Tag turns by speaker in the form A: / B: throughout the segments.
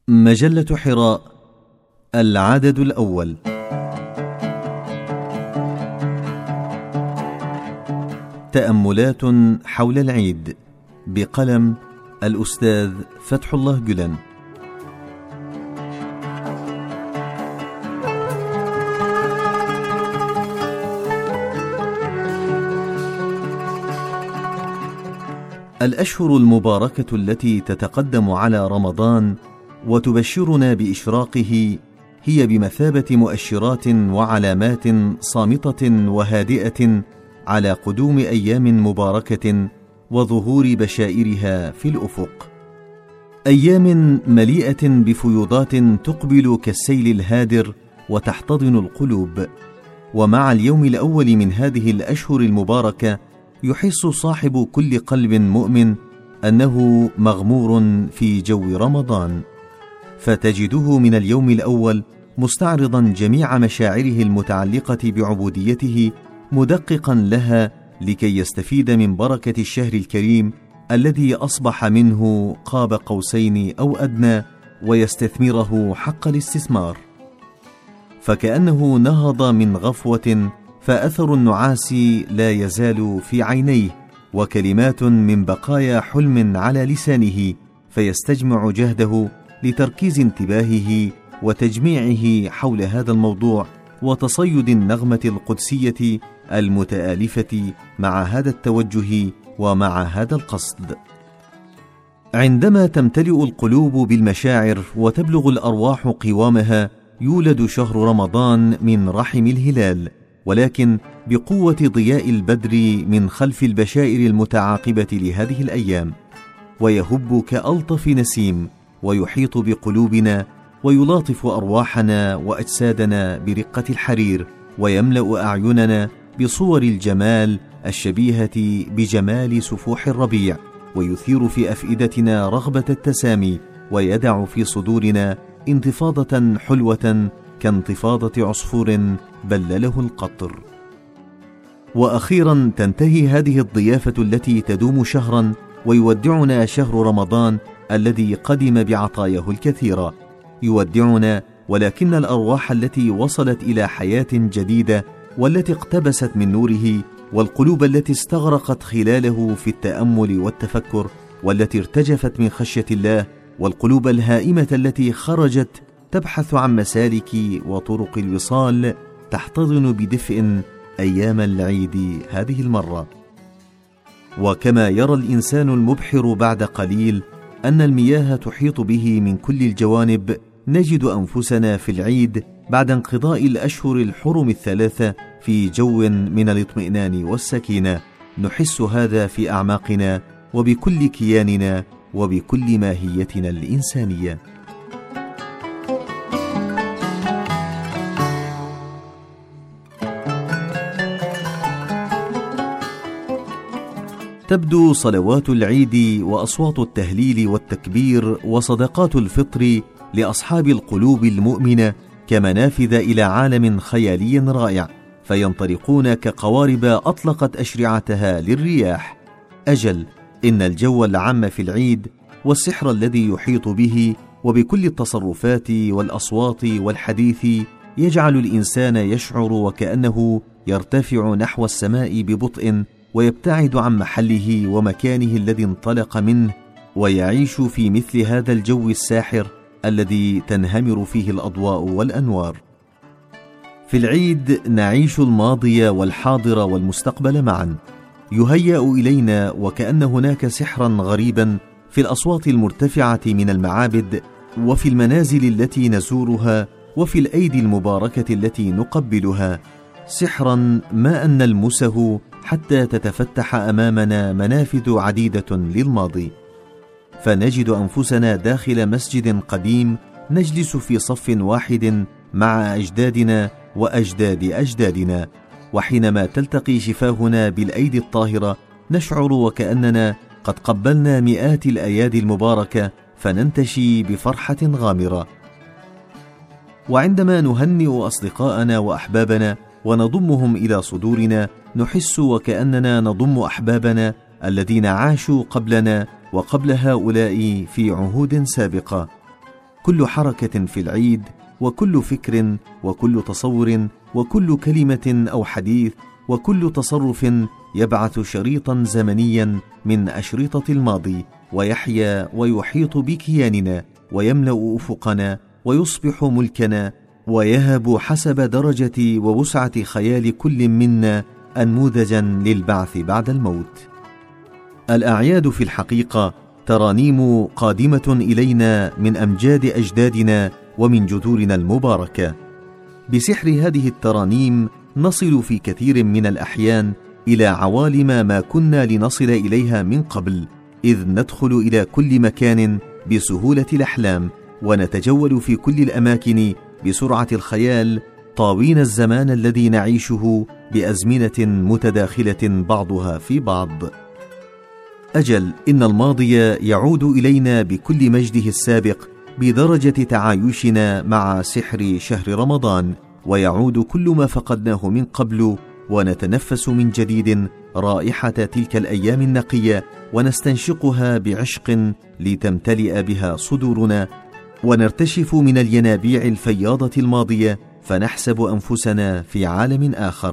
A: مجلة حراء، العدد الأول. تأملات حول العيد، بقلم الأستاذ فتح الله جلن. الأشهر المباركة التي تتقدم على رمضان وتبشرنا بإشراقه هي بمثابة مؤشرات وعلامات صامتة وهادئة على قدوم أيام مباركة وظهور بشائرها في الأفق. أيام مليئة بفيوضات تقبل كالسيل الهادر وتحتضن القلوب. ومع اليوم الأول من هذه الأشهر المباركة يحس صاحب كل قلب مؤمن أنه مغمور في جو رمضان، فتجده من اليوم الأول مستعرضا جميع مشاعره المتعلقة بعبوديته، مدققا لها لكي يستفيد من بركة الشهر الكريم الذي أصبح منه قاب قوسين أو أدنى، ويستثمره حق الاستثمار. فكأنه نهض من غفوة، فأثر النعاس لا يزال في عينيه، وكلمات من بقايا حلم على لسانه، فيستجمع جهده لتركيز انتباهه وتجميعه حول هذا الموضوع، وتصيد النغمة القدسية المتآلفة مع هذا التوجه ومع هذا القصد. عندما تمتلئ القلوب بالمشاعر وتبلغ الأرواح قوامها، يولد شهر رمضان من رحم الهلال، ولكن بقوة ضياء البدر من خلف البشائر المتعاقبة لهذه الأيام، ويهب كألطف نسيم، ويحيط بقلوبنا ويلاطف أرواحنا وأجسادنا برقة الحرير، ويملأ أعيننا بصور الجمال الشبيهة بجمال سفوح الربيع، ويثير في أفئدتنا رغبة التسامي، ويدع في صدورنا انتفاضة حلوة كانتفاضة عصفور بلله القطر. وأخيرا تنتهي هذه الضيافة التي تدوم شهرا، ويودعنا شهر رمضان الذي قدم بعطاياه الكثيرة. يودعنا، ولكن الأرواح التي وصلت إلى حياة جديدة والتي اقتبست من نوره، والقلوب التي استغرقت خلاله في التأمل والتفكر، والتي ارتجفت من خشية الله، والقلوب الهائمة التي خرجت تبحث عن مسالك وطرق الوصال، تحتضن بدفء أيام العيد هذه المرة. وكما يرى الإنسان المبحر بعد قليل أن المياه تحيط به من كل الجوانب، نجد أنفسنا في العيد بعد انقضاء الأشهر الحرم الثلاثة في جو من الاطمئنان والسكينة، نحس هذا في أعماقنا وبكل كياننا وبكل ماهيتنا الإنسانية. تبدو صلوات العيد وأصوات التهليل والتكبير وصدقات الفطر لأصحاب القلوب المؤمنة كمنافذ إلى عالم خيالي رائع، فينطلقون كقوارب أطلقت أشرعتها للرياح. أجل، إن الجو العام في العيد والسحر الذي يحيط به وبكل التصرفات والأصوات والحديث يجعل الإنسان يشعر وكأنه يرتفع نحو السماء ببطء، ويبتعد عن محله ومكانه الذي انطلق منه، ويعيش في مثل هذا الجو الساحر الذي تنهمر فيه الأضواء والأنوار. في العيد نعيش الماضي والحاضر والمستقبل معا، يهيأ إلينا وكأن هناك سحرا غريبا في الأصوات المرتفعة من المعابد، وفي المنازل التي نزورها، وفي الأيدي المباركة التي نقبلها، سحرا ما أن نلمسه حتى تتفتح أمامنا منافذ عديدة للماضي، فنجد أنفسنا داخل مسجد قديم نجلس في صف واحد مع أجدادنا وأجداد أجدادنا، وحينما تلتقي شفاهنا بالأيدي الطاهرة نشعر وكأننا قد قبلنا مئات الأيادي المباركة، فننتشي بفرحة غامرة. وعندما نهنئ أصدقاءنا وأحبابنا ونضمهم إلى صدورنا، نحس وكأننا نضم أحبابنا الذين عاشوا قبلنا وقبل هؤلاء في عهود سابقة. كل حركة في العيد، وكل فكر، وكل تصور، وكل كلمة أو حديث، وكل تصرف يبعث شريطا زمنيا من أشرطة الماضي، ويحيا ويحيط بكياننا، ويملأ أفقنا، ويصبح ملكنا، ويهب حسب درجة ووسعة خيال كل منا أنموذجا للبعث بعد الموت. الأعياد في الحقيقة ترانيم قادمة إلينا من أمجاد أجدادنا ومن جذورنا المباركة. بسحر هذه الترانيم نصل في كثير من الأحيان إلى عوالم ما كنا لنصل إليها من قبل، إذ ندخل إلى كل مكان بسهولة الأحلام، ونتجول في كل الأماكن بسرعة الخيال، طاوين الزمان الذي نعيشه بأزمنة متداخلة بعضها في بعض. أجل، إن الماضي يعود إلينا بكل مجده السابق بدرجة تعايشنا مع سحر شهر رمضان، ويعود كل ما فقدناه من قبل، ونتنفس من جديد رائحة تلك الأيام النقية، ونستنشقها بعشق لتمتلئ بها صدورنا، ونرتشف من الينابيع الفياضة الماضية، فنحسب أنفسنا في عالم آخر.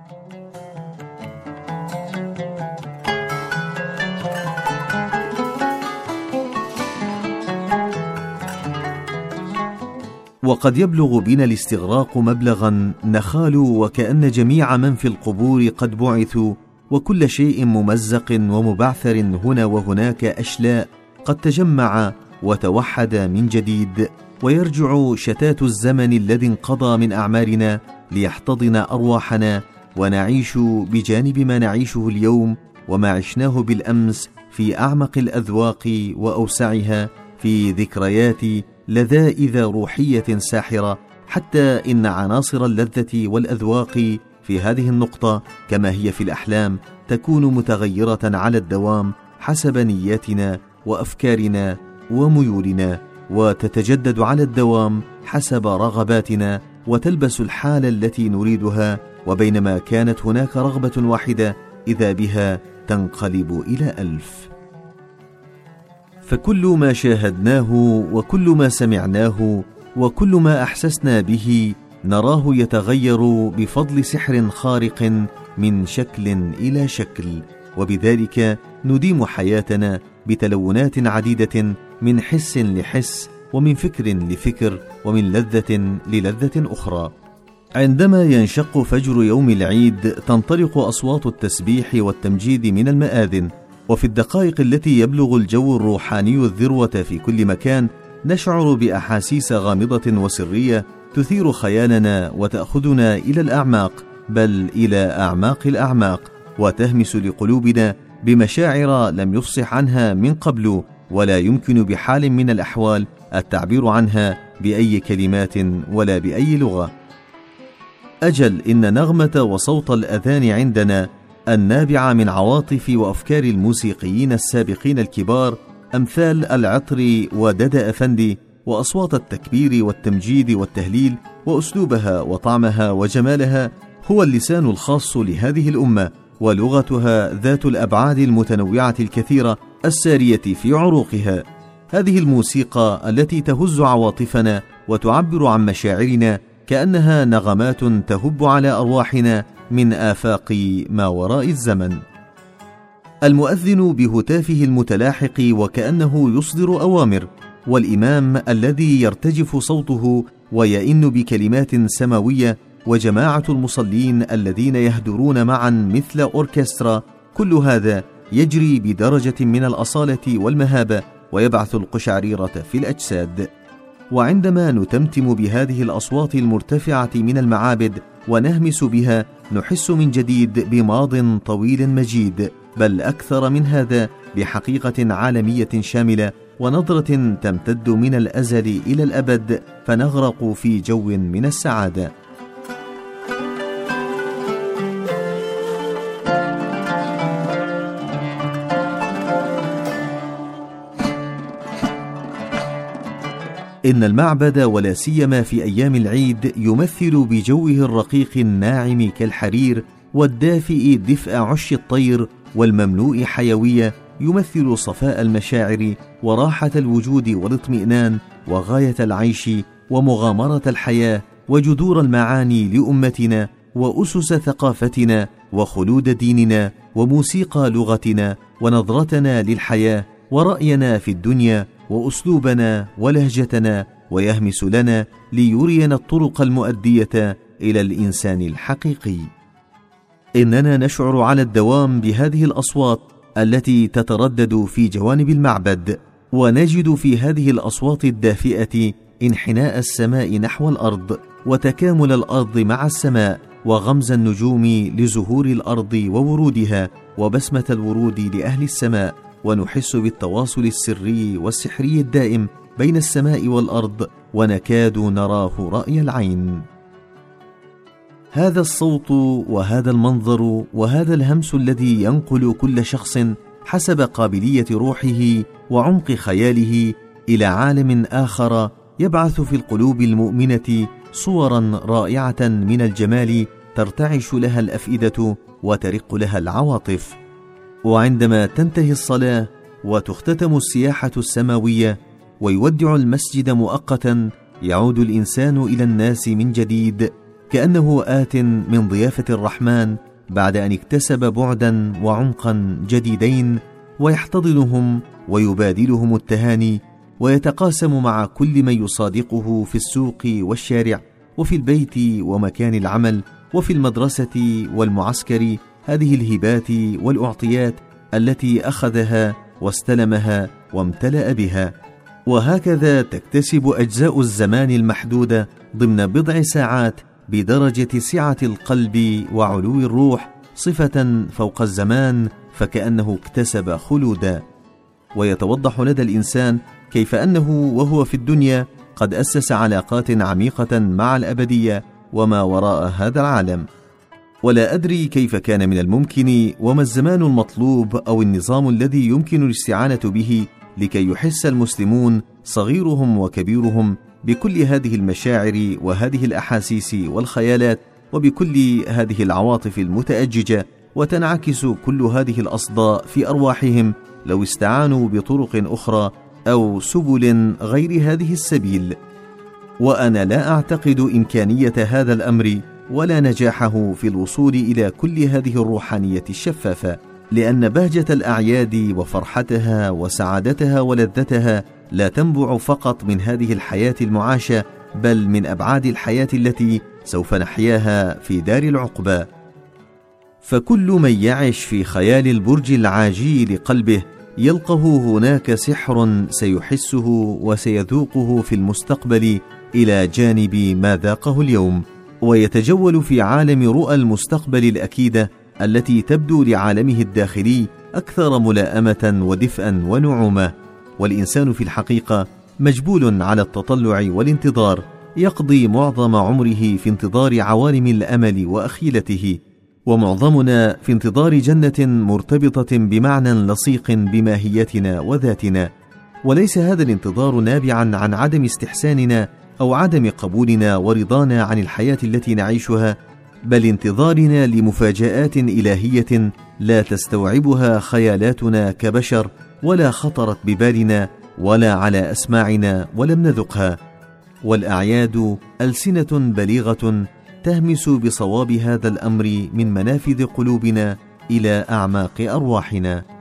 A: وقد يبلغ بنا الاستغراق مبلغا نخال وكأن جميع من في القبور قد بعثوا، وكل شيء ممزق ومبعثر هنا وهناك أشلاء قد تجمع وتوحد من جديد، ويرجع شتات الزمن الذي انقضى من أعمارنا ليحتضن أرواحنا، ونعيش بجانب ما نعيشه اليوم وما عشناه بالأمس في أعمق الأذواق وأوسعها، في ذكريات لذائذ روحية ساحرة، حتى إن عناصر اللذة والأذواق في هذه النقطة كما هي في الأحلام تكون متغيرة على الدوام حسب نياتنا وأفكارنا وميولنا، وتتجدد على الدوام حسب رغباتنا، وتلبس الحالة التي نريدها، وبينما كانت هناك رغبة واحدة إذا بها تنقلب إلى 1000. فكل ما شاهدناه وكل ما سمعناه وكل ما أحسسنا به نراه يتغير بفضل سحر خارق من شكل إلى شكل، وبذلك نديم حياتنا بتلونات عديدة، من حس لحس، ومن فكر لفكر، ومن لذة للذة أخرى. عندما ينشق فجر يوم العيد تنطلق أصوات التسبيح والتمجيد من المآذن، وفي الدقائق التي يبلغ الجو الروحاني الذروة في كل مكان نشعر بأحاسيس غامضة وسرية تثير خيالنا وتأخذنا إلى الأعماق، بل إلى أعماق الأعماق، وتهمس لقلوبنا بمشاعر لم يفصح عنها من قبل، ولا يمكن بحال من الأحوال التعبير عنها بأي كلمات ولا بأي لغة. أجل، إن نغمة وصوت الأذان عندنا النابعة من عواطف وأفكار الموسيقيين السابقين الكبار أمثال العطر ودادا أفندي، وأصوات التكبير والتمجيد والتهليل، وأسلوبها وطعمها وجمالها هو اللسان الخاص لهذه الأمة، ولغتها ذات الأبعاد المتنوعة الكثيرة السارية في عروقها. هذه الموسيقى التي تهز عواطفنا وتعبر عن مشاعرنا كأنها نغمات تهب على أرواحنا من آفاق ما وراء الزمن. المؤذن بهتافه المتلاحق وكأنه يصدر أوامر، والإمام الذي يرتجف صوته ويئن بكلمات سماوية، وجماعة المصلين الذين يهدرون معا مثل أوركسترا، كل هذا يجري بدرجة من الأصالة والمهابة، ويبعث القشعريرة في الأجساد. وعندما نتمتم بهذه الأصوات المرتفعة من المعابد ونهمس بها نحس من جديد بماض طويل مجيد، بل أكثر من هذا بحقيقة عالمية شاملة، ونظرة تمتد من الأزل إلى الأبد، فنغرق في جو من السعادة. إن المعبد ولا سيما في أيام العيد يمثل بجوه الرقيق الناعم كالحرير، والدافئ دفء عش الطير، والمملوء حيوية يمثل صفاء المشاعر وراحة الوجود والاطمئنان، وغاية العيش ومغامرة الحياة وجذور المعاني لأمتنا وأسس ثقافتنا وخلود ديننا وموسيقى لغتنا ونظرتنا للحياة ورأينا في الدنيا وأسلوبنا ولهجتنا، ويهمس لنا ليرينا الطرق المؤدية إلى الإنسان الحقيقي. إننا نشعر على الدوام بهذه الأصوات التي تتردد في جوانب المعبد، ونجد في هذه الأصوات الدافئة انحناء السماء نحو الأرض، وتكامل الأرض مع السماء، وغمز النجوم لزهور الأرض وورودها، وبسمة الورود لأهل السماء، ونحس بالتواصل السري والسحري الدائم بين السماء والأرض، ونكاد نراه رأي العين. هذا الصوت وهذا المنظر وهذا الهمس الذي ينقل كل شخص حسب قابلية روحه وعمق خياله إلى عالم آخر، يبعث في القلوب المؤمنة صورا رائعة من الجمال ترتعش لها الأفئدة وترق لها العواطف. وعندما تنتهي الصلاة وتختتم السياحة السماوية ويودع المسجد مؤقتا، يعود الإنسان إلى الناس من جديد كأنه آت من ضيافة الرحمن بعد أن اكتسب بعدا وعمقا جديدين، ويحتضنهم ويبادلهم التهاني، ويتقاسم مع كل من يصادقه في السوق والشارع وفي البيت ومكان العمل وفي المدرسة والمعسكر هذه الهبات والأعطيات التي أخذها واستلمها وامتلأ بها. وهكذا تكتسب أجزاء الزمان المحدودة ضمن بضع ساعات بدرجة سعة القلب وعلو الروح صفة فوق الزمان، فكأنه اكتسب خلودا. ويتوضح لدى الإنسان كيف أنه وهو في الدنيا قد أسس علاقات عميقة مع الأبدية وما وراء هذا العالم. ولا أدري كيف كان من الممكن وما الزمان المطلوب أو النظام الذي يمكن الاستعانة به لكي يحس المسلمون صغيرهم وكبيرهم بكل هذه المشاعر وهذه الأحاسيس والخيالات وبكل هذه العواطف المتأججة، وتنعكس كل هذه الأصداء في أرواحهم لو استعانوا بطرق أخرى أو سبل غير هذه السبيل. وأنا لا أعتقد إمكانية هذا الأمر ولا نجاحه في الوصول إلى كل هذه الروحانية الشفافة، لأن بهجة الأعياد وفرحتها وسعادتها ولذتها لا تنبع فقط من هذه الحياة المعاشة، بل من أبعاد الحياة التي سوف نحياها في دار العقبى. فكل من يعش في خيال البرج العاجي لقلبه يلقه هناك سحر سيحسه وسيذوقه في المستقبل إلى جانب ما ذاقه اليوم، ويتجول في عالم رؤى المستقبل الأكيدة التي تبدو لعالمه الداخلي أكثر ملائمة ودفئا ونعومة. والإنسان في الحقيقة مجبول على التطلع والانتظار، يقضي معظم عمره في انتظار عوالم الأمل وأخيلته، ومعظمنا في انتظار جنة مرتبطة بمعنى لصيق بماهيتنا وذاتنا. وليس هذا الانتظار نابعا عن عدم استحساننا أو عدم قبولنا ورضانا عن الحياة التي نعيشها، بل انتظارنا لمفاجآت إلهية لا تستوعبها خيالاتنا كبشر ولا خطرت ببالنا ولا على أسماعنا ولم نذقها. والأعياد ألسنة بليغة تهمس بصواب هذا الأمر من منافذ قلوبنا إلى أعماق أرواحنا.